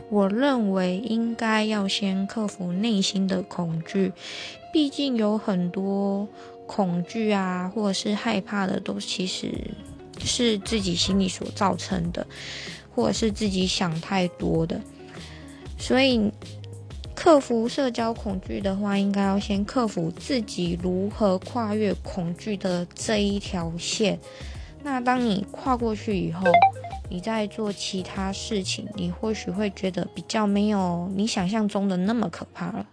我认为应该要先克服内心的恐惧，毕竟有很多恐惧啊，或者是害怕的，都其实是自己心里所造成的，或者是自己想太多的。所以克服社交恐惧的话，应该要先克服自己如何跨越恐惧的这一条线。那当你跨过去以后，你在做其他事情，你或许会觉得比较没有你想象中的那么可怕了。